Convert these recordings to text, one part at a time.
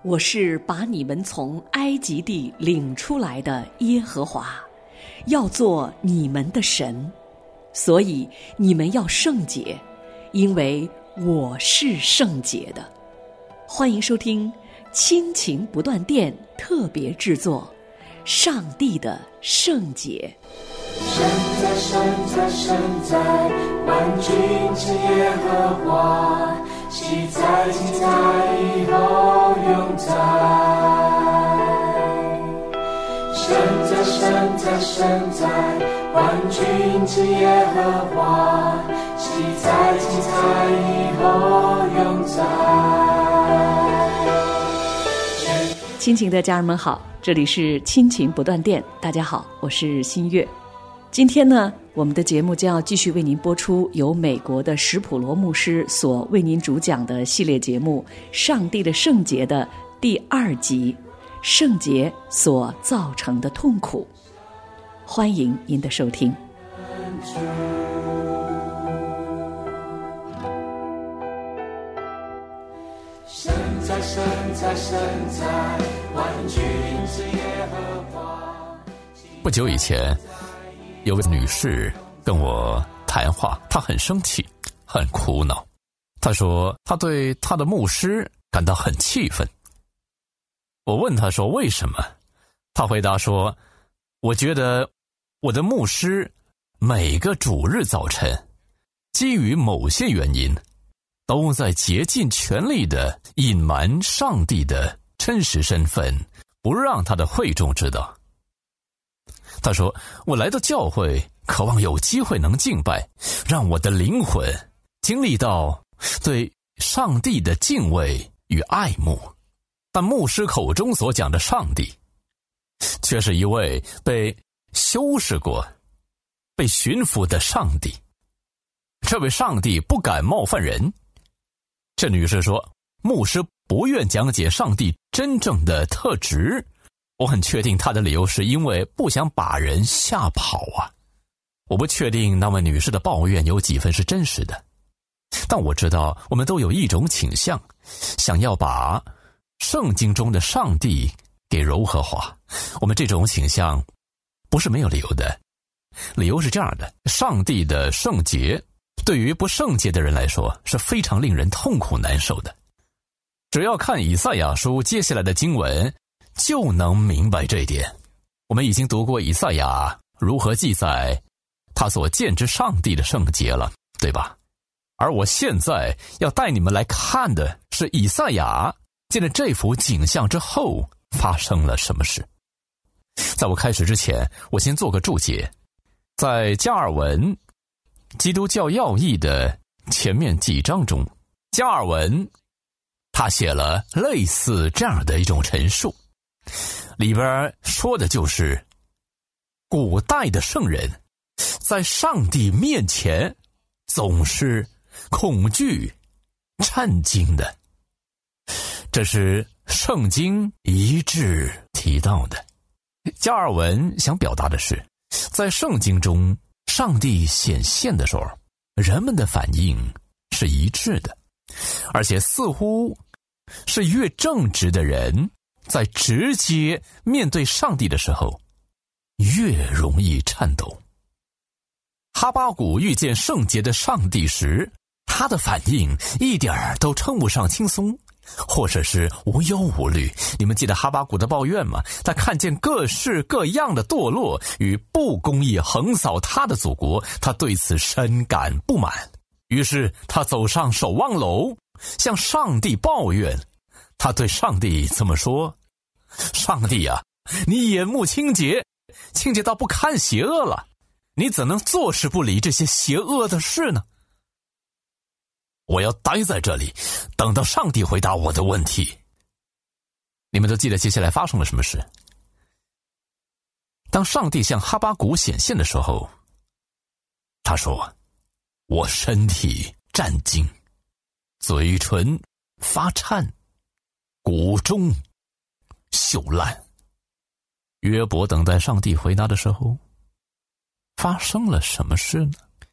我是把你们从埃及地领出来的耶和华，要做你们的神，所以你们要圣洁，因为我是圣洁的。欢迎收听亲情不断电特别制作《上帝的圣洁》。 神在，神在，神在，万军之耶和华，昔在，今在，以后永在。神在，神在，神在，万军之耶和华，昔在，今在，以后永在。 亲情的家人们好，这里是亲情不断电，大家好，我是新月。今天呢，我们的节目将要继续为您播出由美国的史普罗牧师所为您主讲的系列节目《上帝的圣洁》的第2集，圣洁所造成的痛苦。欢迎您的收听。 神在，神在，神在，万军之耶和华。 不久以前，有位女士跟我谈话，她很生气，很苦恼。她说她对她的牧师感到很气愤。我问她说为什么？她回答说，我觉得我的牧师每个主日早晨基于某些原因都在竭尽全力地隐瞒上帝的真实身份，不让他的会众知道。他说，我来到教会渴望有机会能敬拜，让我的灵魂经历到对上帝的敬畏与爱慕，但牧师口中所讲的上帝却是一位被修饰过、被驯服的上帝。这位上帝不敢冒犯人。这女士说，牧师不愿讲解上帝真正的特质。我很确定她的理由是因为不想把人吓跑啊。我不确定那位女士的抱怨有几分是真实的，但我知道我们都有一种倾向，想要把圣经中的上帝给柔和化。我们这种倾向不是没有理由的，理由是这样的：上帝的圣洁对于不圣洁的人来说是非常令人痛苦难受的。只要看以赛亚书接下来的经文就能明白这一点。我们已经读过以赛亚如何记载他所见之上帝的圣洁了，对吧？而我现在要带你们来看的是以赛亚见了这幅景象之后发生了什么事。在我开始之前，我先做个注解。在加尔文基督教要义的前面几章中，加尔文他写了类似这样的一种陈述，里边说的就是古代的圣人在上帝面前总是恐惧战惊的。这是圣经一致提到的。加尔文想表达的是，在圣经中上帝显现的时候，人们的反应是一致的，而且似乎是越正直的人在直接面对上帝的时候越容易颤抖。哈巴谷遇见圣洁的上帝时，他的反应一点都称不上轻松，或者是无忧无虑。你们记得哈巴谷的抱怨吗？他看见各式各样的堕落与不公义横扫他的祖国，他对此深感不满。于是他走上守望楼，向上帝抱怨。他对上帝这么说：上帝啊，你眼目清洁，清洁到不堪邪恶了，你怎能坐视不理这些邪恶的事呢？我要待在这里，等到上帝回答我的问题。你们都记得接下来发生了什么事？当上帝向哈巴谷显现的时候，他说，我身体战惊，嘴唇发颤，骨中朽烂。约伯等待上帝回答的时候，发生了什么事呢？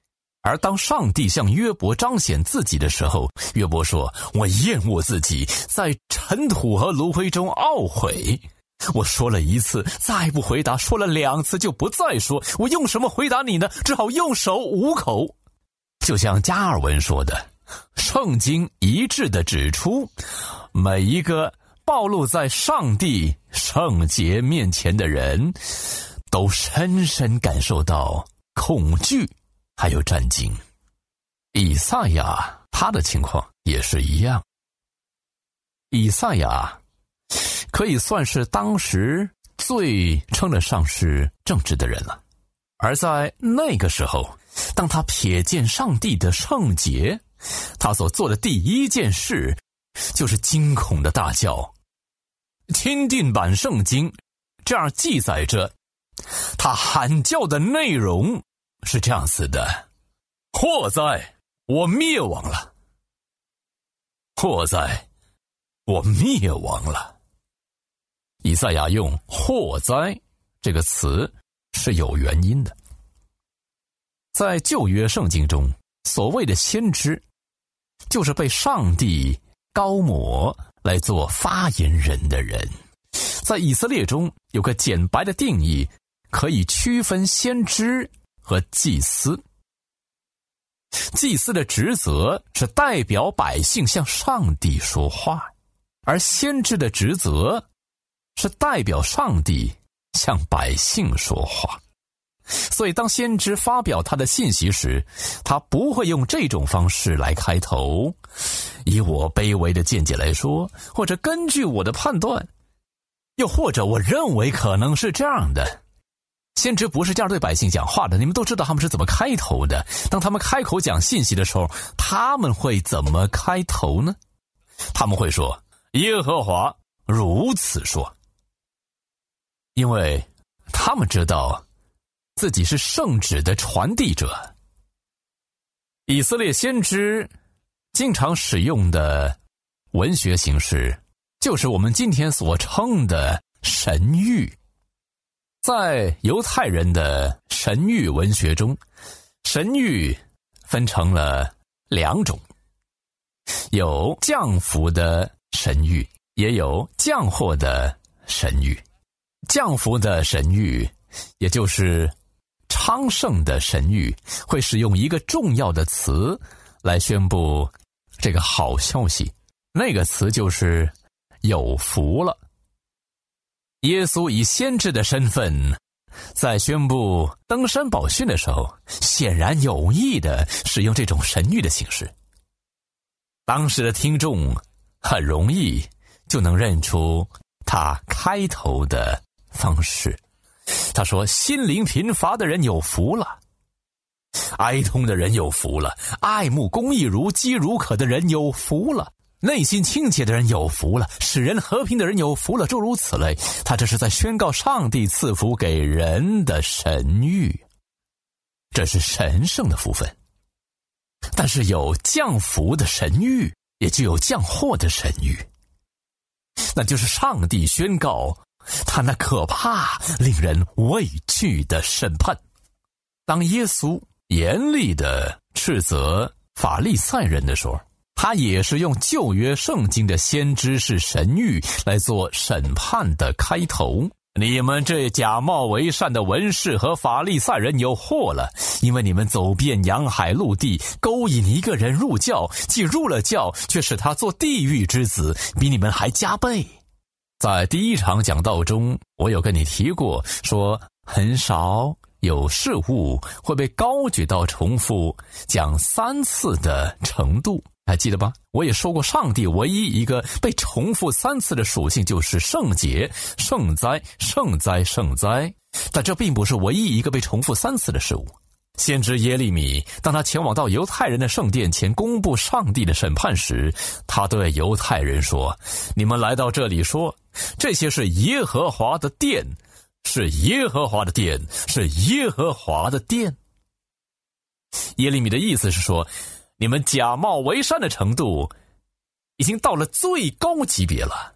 而当上帝向约伯彰显自己的时候，约伯说：我厌恶自己，在尘土和炉灰中懊悔。我说了一次，再不回答；说了2次，就不再说。我用什么回答你呢？只好用手捂口。就像加尔文说的，圣经一致地指出，每一个暴露在上帝圣洁面前的人，都深深感受到恐惧还有战惊。以赛亚他的情况也是一样。以赛亚可以算是当时最称得上是正直的人了，而在那个时候，当他瞥见上帝的圣洁，他所做的第一件事就是惊恐的大叫。钦定版圣经这样记载着，他喊叫的内容是这样子的：祸哉，我灭亡了！祸哉，我灭亡了！以赛亚用祸哉这个词是有原因的。在旧约圣经中，所谓的先知就是被上帝高抹来做发言人的人。在以色列中有个简白的定义，可以区分先知和祭司。祭司的职责是代表百姓向上帝说话，而先知的职责是代表上帝向百姓说话。所以当先知发表他的信息时，他不会用这种方式来开头，以我卑微的见解来说，或者根据我的判断，又或者我认为可能是这样的。先知不是这样对百姓讲话的。你们都知道他们是怎么开头的。当他们开口讲信息的时候，他们会怎么开头呢？他们会说：耶和华如此说。因为他们知道自己是圣旨的传递者。以色列先知经常使用的文学形式，就是我们今天所称的神谕。在犹太人的神谕文学中，神谕分成了2种，有降福的神谕，也有降祸的神谕。降福的神谕，也就是昌盛的神谕，会使用一个重要的词来宣布这个好消息，那个词就是有福了。耶稣以先知的身份在宣布登山宝训的时候，显然有意的使用这种神谕的形式。当时的听众很容易就能认出他开头的方式。他说：心灵贫乏的人有福了，哀痛的人有福了，爱慕公义如饥如渴的人有福了，内心清洁的人有福了，使人和平的人有福了，诸如此类。他这是在宣告上帝赐福给人的神谕，这是神圣的福分。但是有降福的神谕，也就有降祸的神谕，那就是上帝宣告他那可怕令人畏惧的审判。当耶稣严厉地斥责法利赛人的时候，他也是用旧约圣经的先知式神谕来做审判的开头。你们这假冒为善的文士和法利赛人有祸了，因为你们走遍洋海陆地，勾引一个人入教，既入了教，却使他做地狱之子，比你们还加倍。在第1场讲道中，我有跟你提过，说很少有事物会被高举到重复讲3次的程度，还记得吧？我也说过，上帝唯一一个被重复3次的属性就是圣洁、圣哉、圣哉、圣哉，但这并不是唯一一个被重复3次的事物。先知耶利米当他前往到犹太人的圣殿前公布上帝的审判时，他对犹太人说：你们来到这里说，这些是耶和华的殿，是耶和华的殿，是耶和华的殿。耶利米的意思是说，你们假冒为善的程度已经到了最高级别了。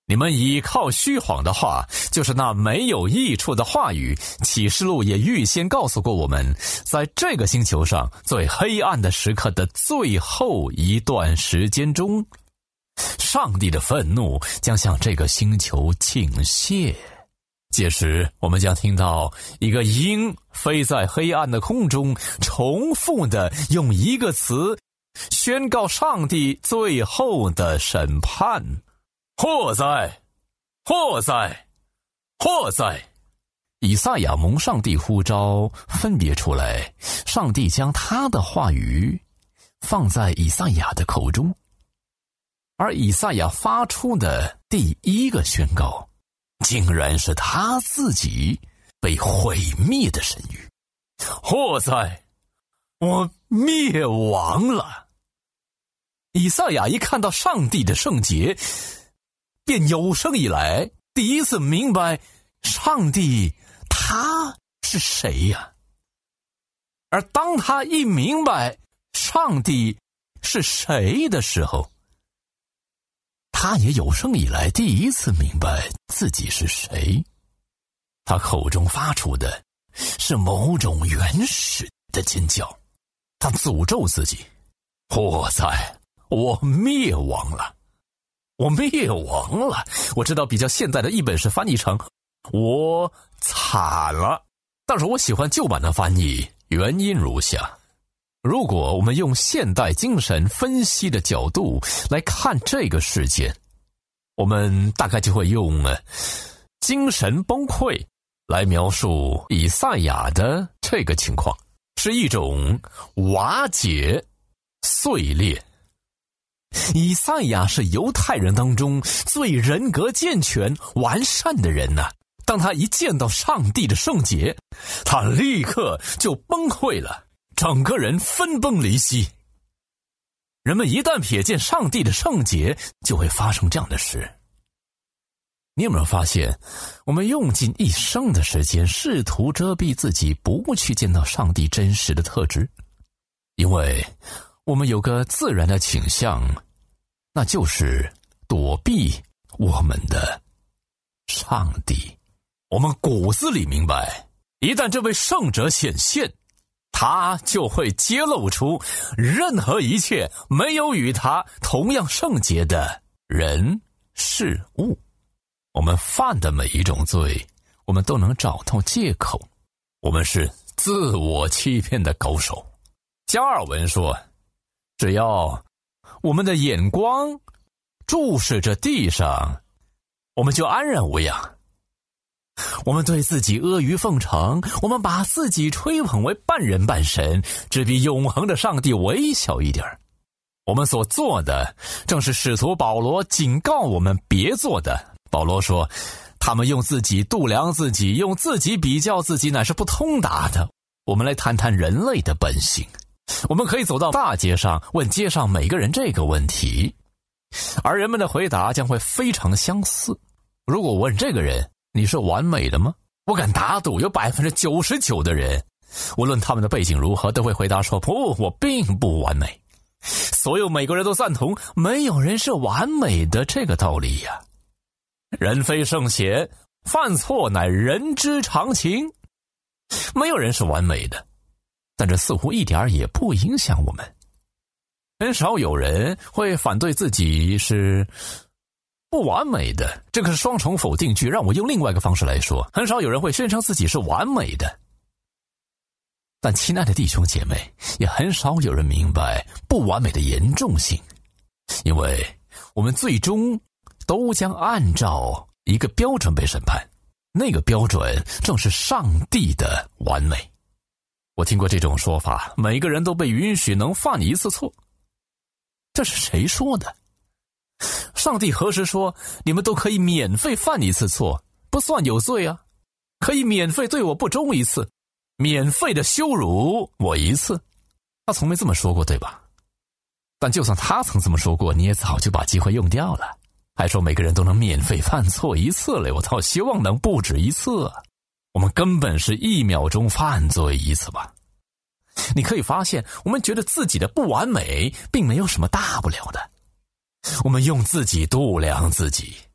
你们倚靠虚谎的话，就是那没有益处的话语。启示录也预先告诉过我们，在这个星球上最黑暗的时刻的最后一段时间中，上帝的愤怒将向这个星球倾泻。届时我们将听到一个鹰飞在黑暗的空中，重复地用一个词宣告上帝最后的审判。祸哉！祸哉！祸哉！以赛亚蒙上帝呼召，分别出来，上帝将他的话语放在以赛亚的口中，而以赛亚发出的第一个宣告，竟然是他自己被毁灭的神谕。祸哉！我灭亡了！以赛亚一看到上帝的圣洁，便有生以来第一次明白上帝他是谁呀。而当他一明白上帝是谁的时候，他也有生以来第一次明白自己是谁。他口中发出的是某种原始的尖叫，他诅咒自己：祸哉！我灭亡了！我灭亡了！我知道比较现代的译本是翻译成我惨了，但是我喜欢旧版的翻译，原因如下：如果我们用现代精神分析的角度来看这个事件，我们大概就会用精神崩溃来描述以赛亚的这个情况，是一种瓦解、碎裂。以赛亚是犹太人当中最人格健全完善的人呐，当他一见到上帝的圣洁，他立刻就崩溃了，整个人分崩离析。人们一旦瞥见上帝的圣洁，就会发生这样的事。你有没有发现，我们用尽一生的时间试图遮蔽自己不去见到上帝真实的特质？因为我们有个自然的倾向，那就是躲避我们的上帝。我们骨子里明白，一旦这位圣者显现，他就会揭露出任何一切没有与他同样圣洁的人事物。我们犯的每一种罪，我们都能找到借口，我们是自我欺骗的高手。加尔文说，只要我们的眼光注视着地上，我们就安然无恙。我们对自己阿谀奉承，我们把自己吹捧为半人半神，只比永恒的上帝微小一点。我们所做的正是使徒保罗警告我们别做的。保罗说，他们用自己度量自己，用自己比较自己，乃是不通达的。我们来谈谈人类的本性。我们可以走到大街上，问街上每个人这个问题，而人们的回答将会非常相似。如果我问这个人，你是完美的吗？我敢打赌有 99% 的人，无论他们的背景如何，都会回答说，不，我并不完美。所有美国人都赞同没有人是完美的这个道理呀。人非圣贤，犯错乃人之常情。没有人是完美的，但这似乎一点也不影响我们。很少有人会反对自己是不完美的，这个是双重否定句，让我用另外一个方式来说，很少有人会宣称自己是完美的。但亲爱的弟兄姐妹，也很少有人明白不完美的严重性，因为我们最终都将按照一个标准被审判，那个标准正是上帝的完美。我听过这种说法，每个人都被允许能犯一次错。这是谁说的？上帝何时说你们都可以免费犯一次错，不算有罪啊？可以免费对我不忠一次，免费的羞辱我一次？他从没这么说过，对吧？但就算他曾这么说过，你也早就把机会用掉了，还说每个人都能免费犯错一次了，我倒希望能不止一次啊。我们根本是1秒钟犯罪一次吧。你可以发现，我们觉得自己的不完美并没有什么大不了的。我们用自己度量自己，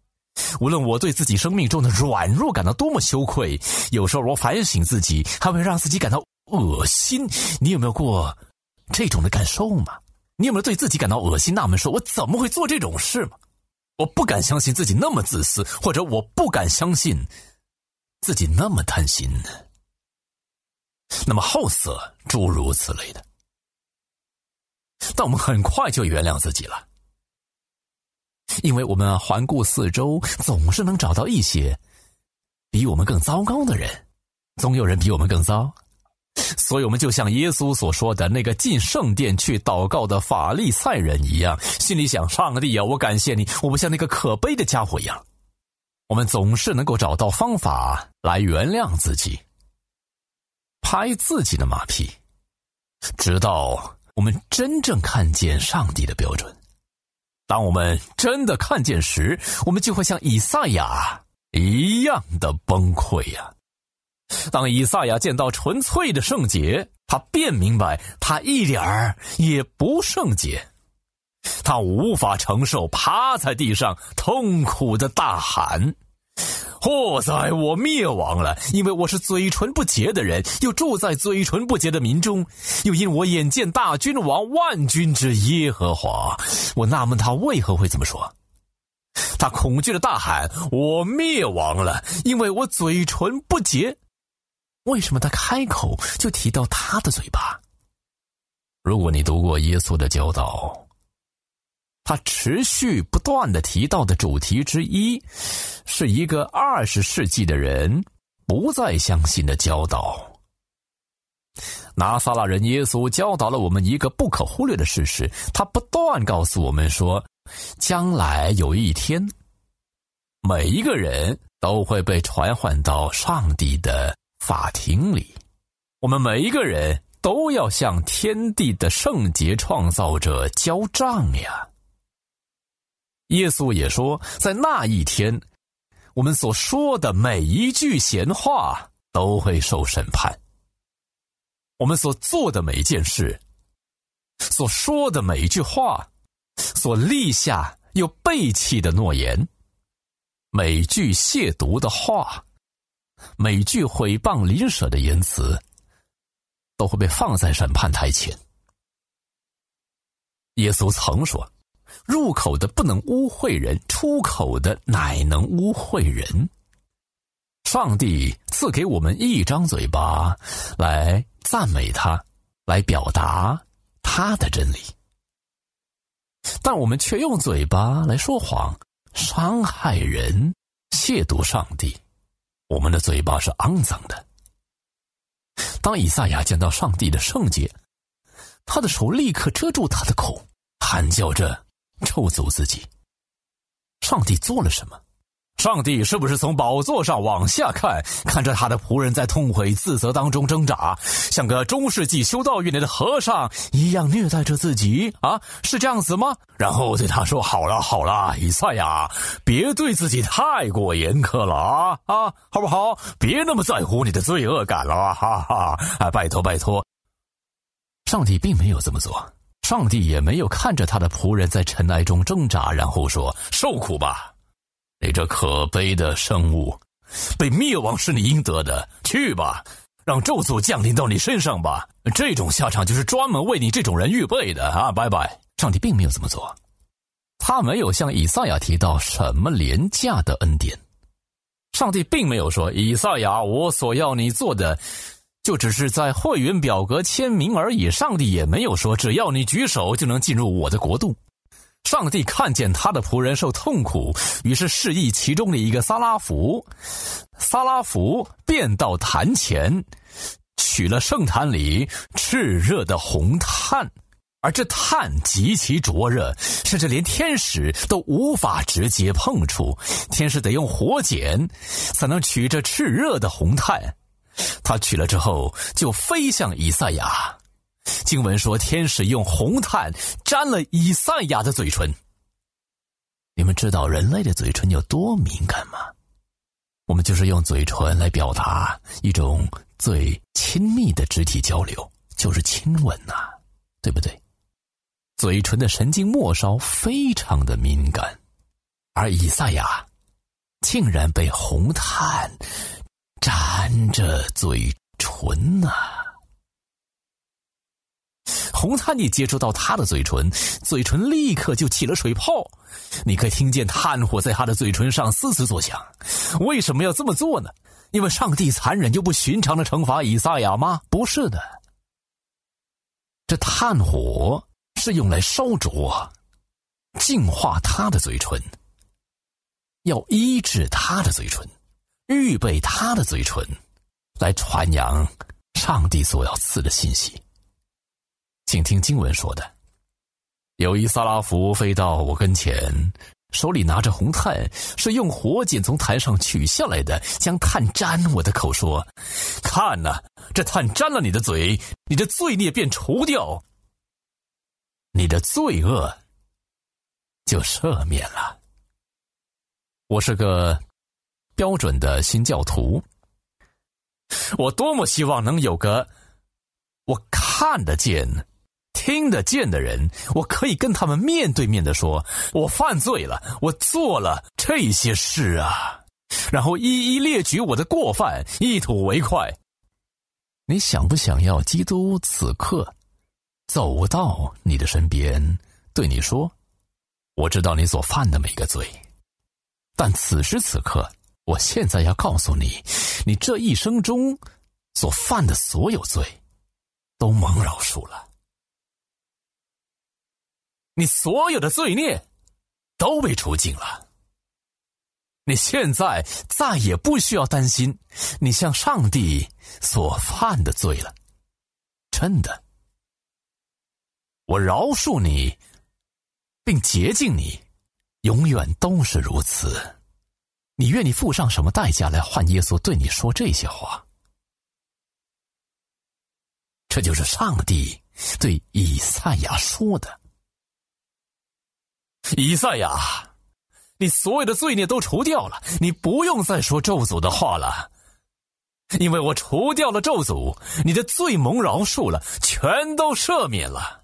无论我对自己生命中的软弱感到多么羞愧，有时候我反省自己，还会让自己感到恶心。你有没有过这种的感受吗？你有没有对自己感到恶心，纳闷说我怎么会做这种事吗？我不敢相信自己那么自私，或者我不敢相信自己那么贪心，那么好色，诸如此类的。但我们很快就原谅自己了，因为我们环顾四周，总是能找到一些比我们更糟糕的人，总有人比我们更糟。所以我们就像耶稣所说的那个进圣殿去祷告的法利赛人一样，心里想，上帝啊，我感谢你，我不像那个可悲的家伙一样。我们总是能够找到方法来原谅自己，拍自己的马屁，直到我们真正看见上帝的标准。当我们真的看见时，我们就会像以赛亚一样的崩溃呀。当以赛亚见到纯粹的圣洁，他便明白他一点儿也不圣洁，他无法承受，趴在地上痛苦的大喊，祸哉，我灭亡了，因为我是嘴唇不洁的人，又住在嘴唇不洁的民中，又因我眼见大君王万军之耶和华。我纳闷他为何会这么说，他恐惧的大喊，我灭亡了，因为我嘴唇不洁。为什么他开口就提到他的嘴巴？如果你读过耶稣的教导，他持续不断地提到的主题之一，是一个20世纪的人不再相信的教导。拿撒勒人耶稣教导了我们一个不可忽略的事实，他不断告诉我们说，将来有一天，每一个人都会被传唤到上帝的法庭里，我们每一个人都要向天地的圣洁创造者交账呀。耶稣也说，在那一天，我们所说的每一句闲话都会受审判，我们所做的每一件事，所说的每一句话，所立下又背弃的诺言，每句亵渎的话，每句毁谤邻舍的言辞，都会被放在审判台前。耶稣曾说，入口的不能污秽人，出口的乃能污秽人。上帝赐给我们一张嘴巴来赞美他，来表达他的真理，但我们却用嘴巴来说谎，伤害人，亵渎上帝。我们的嘴巴是肮脏的。当以赛亚见到上帝的圣洁，他的手立刻遮住他的口，喊叫着咒诅自己。上帝做了什么？上帝是不是从宝座上往下看，看着他的仆人在痛悔自责当中挣扎，像个中世纪修道院里的和尚一样虐待着自己啊？是这样子吗？然后对他说，好了好了，以赛亚，别对自己太过严苛了啊，好不好？别那么在乎你的罪恶感了，哈哈，拜托拜托。上帝并没有这么做，上帝也没有看着他的仆人在尘埃中挣扎，然后说，受苦吧，你这可悲的生物，被灭亡是你应得的，去吧，让咒诅降临到你身上吧，这种下场就是专门为你这种人预备的啊！拜拜。上帝并没有这么做，他没有向以赛亚提到什么廉价的恩典。上帝并没有说，以赛亚，我所要你做的就只是在会员表格签名而已。上帝也没有说，只要你举手就能进入我的国度。上帝看见他的仆人受痛苦，于是示意其中的一个撒拉弗便到坛前，取了圣坛里炽热的红炭，而这炭极其灼热，甚至连天使都无法直接碰触，天使得用火剪才能取这炽热的红炭。他取了之后就飞向以赛亚，经文说，天使用红炭沾了以赛亚的嘴唇。你们知道人类的嘴唇有多敏感吗？我们就是用嘴唇来表达一种最亲密的肢体交流，就是亲吻啊，对不对？嘴唇的神经末梢非常的敏感，而以赛亚竟然被红炭沾着嘴唇啊！红炭一接触到他的嘴唇，嘴唇立刻就起了水泡。你可以听见炭火在他的嘴唇上嘶嘶作响。为什么要这么做呢？因为上帝残忍又不寻常的惩罚以赛亚吗？不是的，这炭火是用来烧灼、净化他的嘴唇，要医治他的嘴唇，预备他的嘴唇，来传扬上帝所要赐的信息。请听经文说的：有一撒拉弗飞到我跟前，手里拿着红炭，是用火剪从台上取下来的，将炭沾我的口，说：看哪，这炭沾了你的嘴，你的罪孽便除掉，你的罪恶就赦免了。我是个标准的新教徒，我多么希望能有个我看得见听得见的人，我可以跟他们面对面的说，我犯罪了，我做了这些事啊，然后一一列举我的过犯，一吐为快。你想不想要基督此刻走到你的身边，对你说，我知道你所犯的每个罪，但此时此刻，我现在要告诉你，你这一生中所犯的所有罪都蒙饶恕了，你所有的罪孽都被除尽了。你现在再也不需要担心你向上帝所犯的罪了，真的，我饶恕你并洁净你，永远都是如此。你愿意付上什么代价来换耶稣对你说这些话？这就是上帝对以赛亚说的。以赛亚，你所有的罪孽都除掉了，你不用再说咒诅的话了，因为我除掉了咒诅，你的罪蒙饶恕了，全都赦免了。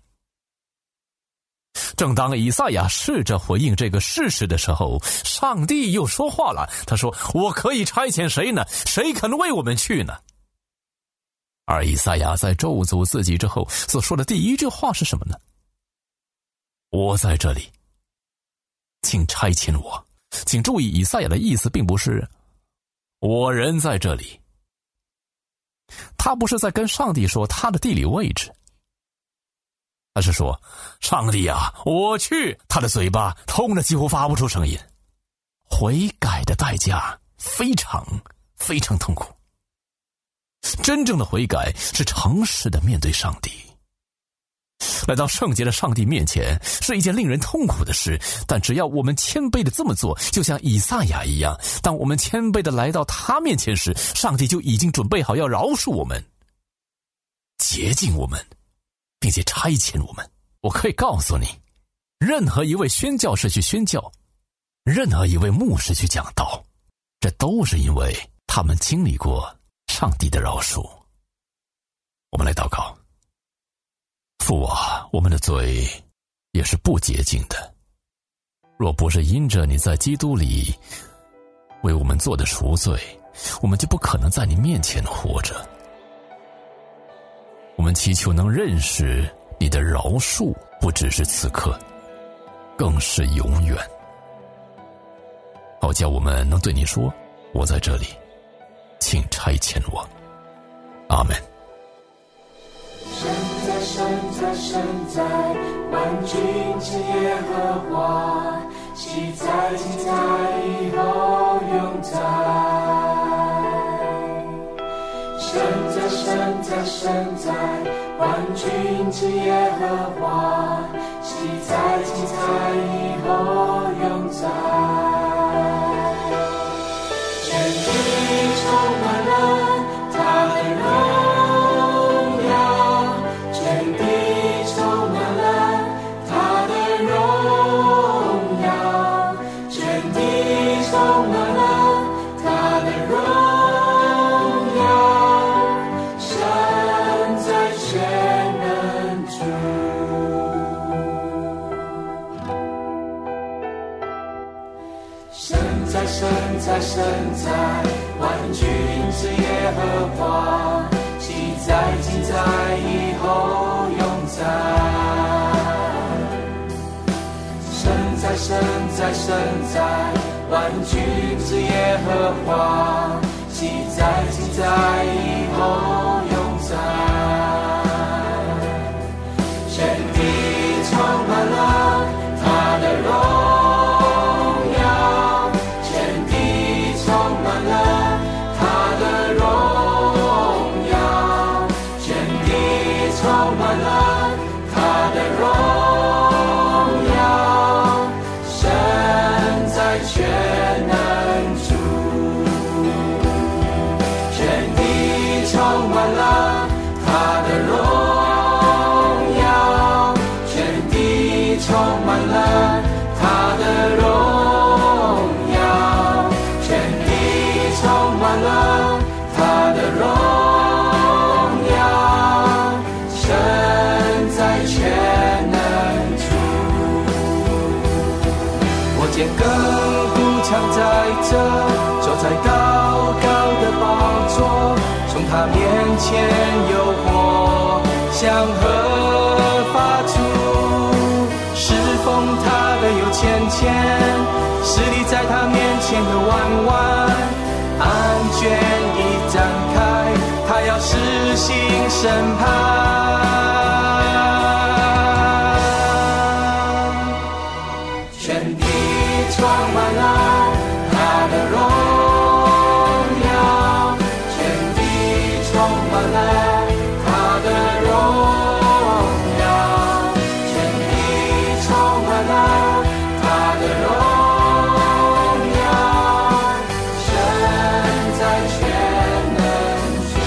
正当以赛亚试着回应这个事实的时候，上帝又说话了，他说，我可以差遣谁呢？谁肯为我们去呢？而以赛亚在咒诅自己之后所说的第一句话是什么呢？我在这里，请差遣我。请注意，以赛亚的意思并不是我人在这里，他不是在跟上帝说他的地理位置，他是说，上帝啊，我去。他的嘴巴痛得几乎发不出声音。悔改的代价非常非常痛苦。真正的悔改是诚实的面对上帝，来到圣洁的上帝面前是一件令人痛苦的事，但只要我们谦卑的这么做，就像以赛亚一样，当我们谦卑的来到他面前时，上帝就已经准备好要饶恕我们，洁净我们，并且差遣我们。我可以告诉你，任何一位宣教士去宣教，任何一位牧师去讲道，这都是因为他们经历过上帝的饶恕。我们来祷告。父啊，我们的嘴也是不洁净的，若不是因着你在基督里为我们做的赎罪，我们就不可能在你面前活着。我们祈求能认识你的饶恕，不只是此刻，更是永远。好叫我们能对你说，我在这里，请差遣我。阿们。 神在，万军之耶和华，昔在，今在，以后永在。神在，万军之耶和华，昔在，今在，以后永在。全地充满了他的荣耀，全地充满了他的荣耀，全地充满了他的荣耀，神在全能主。 神在，神在，神在，万军之耶和华，昔在，今在，以后永在。神在，神在，神在，万军之耶和华，昔在，今在，以后永在。全地充满了他的荣耀，全地充满了他的荣耀，全地充满了他的荣耀，神在全能主，全地充满了他的荣耀，全地充满了他的荣耀，全地充满了他的荣耀，神在全能主。我见亘古常在这，坐在高高的宝座，从他面前有火向何发出，侍奉他的有千千，势力在他面前有万万，案卷已展开，他要施行审判。全地充满了他的荣耀，全地充满了他的荣耀，全地充满了他的荣耀，神在全能主。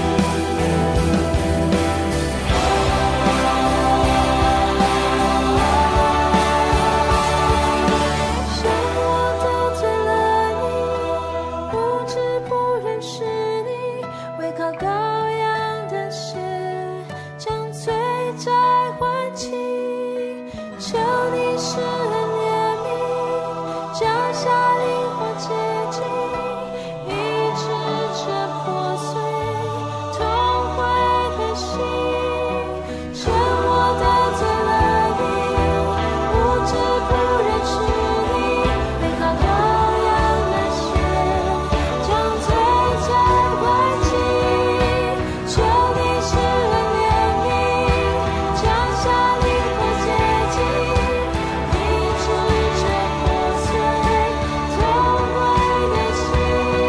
像我得罪了你，不知不认识你，为靠羔羊的血将罪债还清，求你施恩怜悯，降下灵火洁净，医治这破碎痛坏的心。趁我得罪了你，不知不认识你，为靠羔羊的血将罪债还清，求你施恩怜悯，降下灵火洁净，医治这破碎痛坏的心。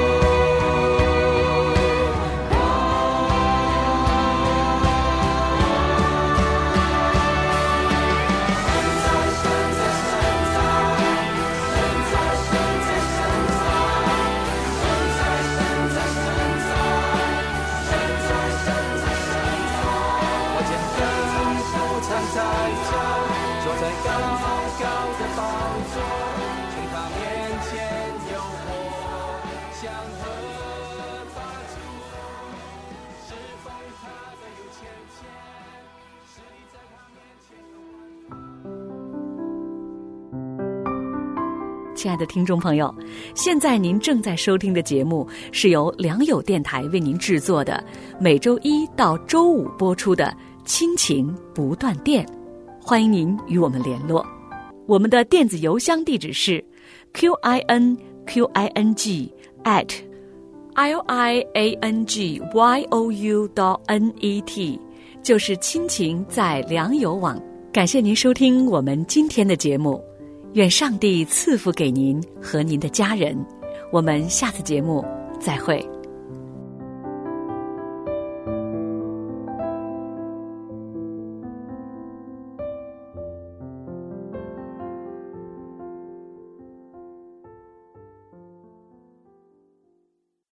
我见亘古常在这，坐在高高的宝座，从他面前有火向何发出，侍奉他的有千千，势力在他面前有亲爱的听众朋友，现在您正在收听的节目是由良友电台为您制作的，每周一到周五播出的亲情不断电，欢迎您与我们联络。我们的电子邮箱地址是 QINQING@liangyou.net， 就是亲情在良友网。感谢您收听我们今天的节目，愿上帝赐福给您和您的家人。我们下次节目再会。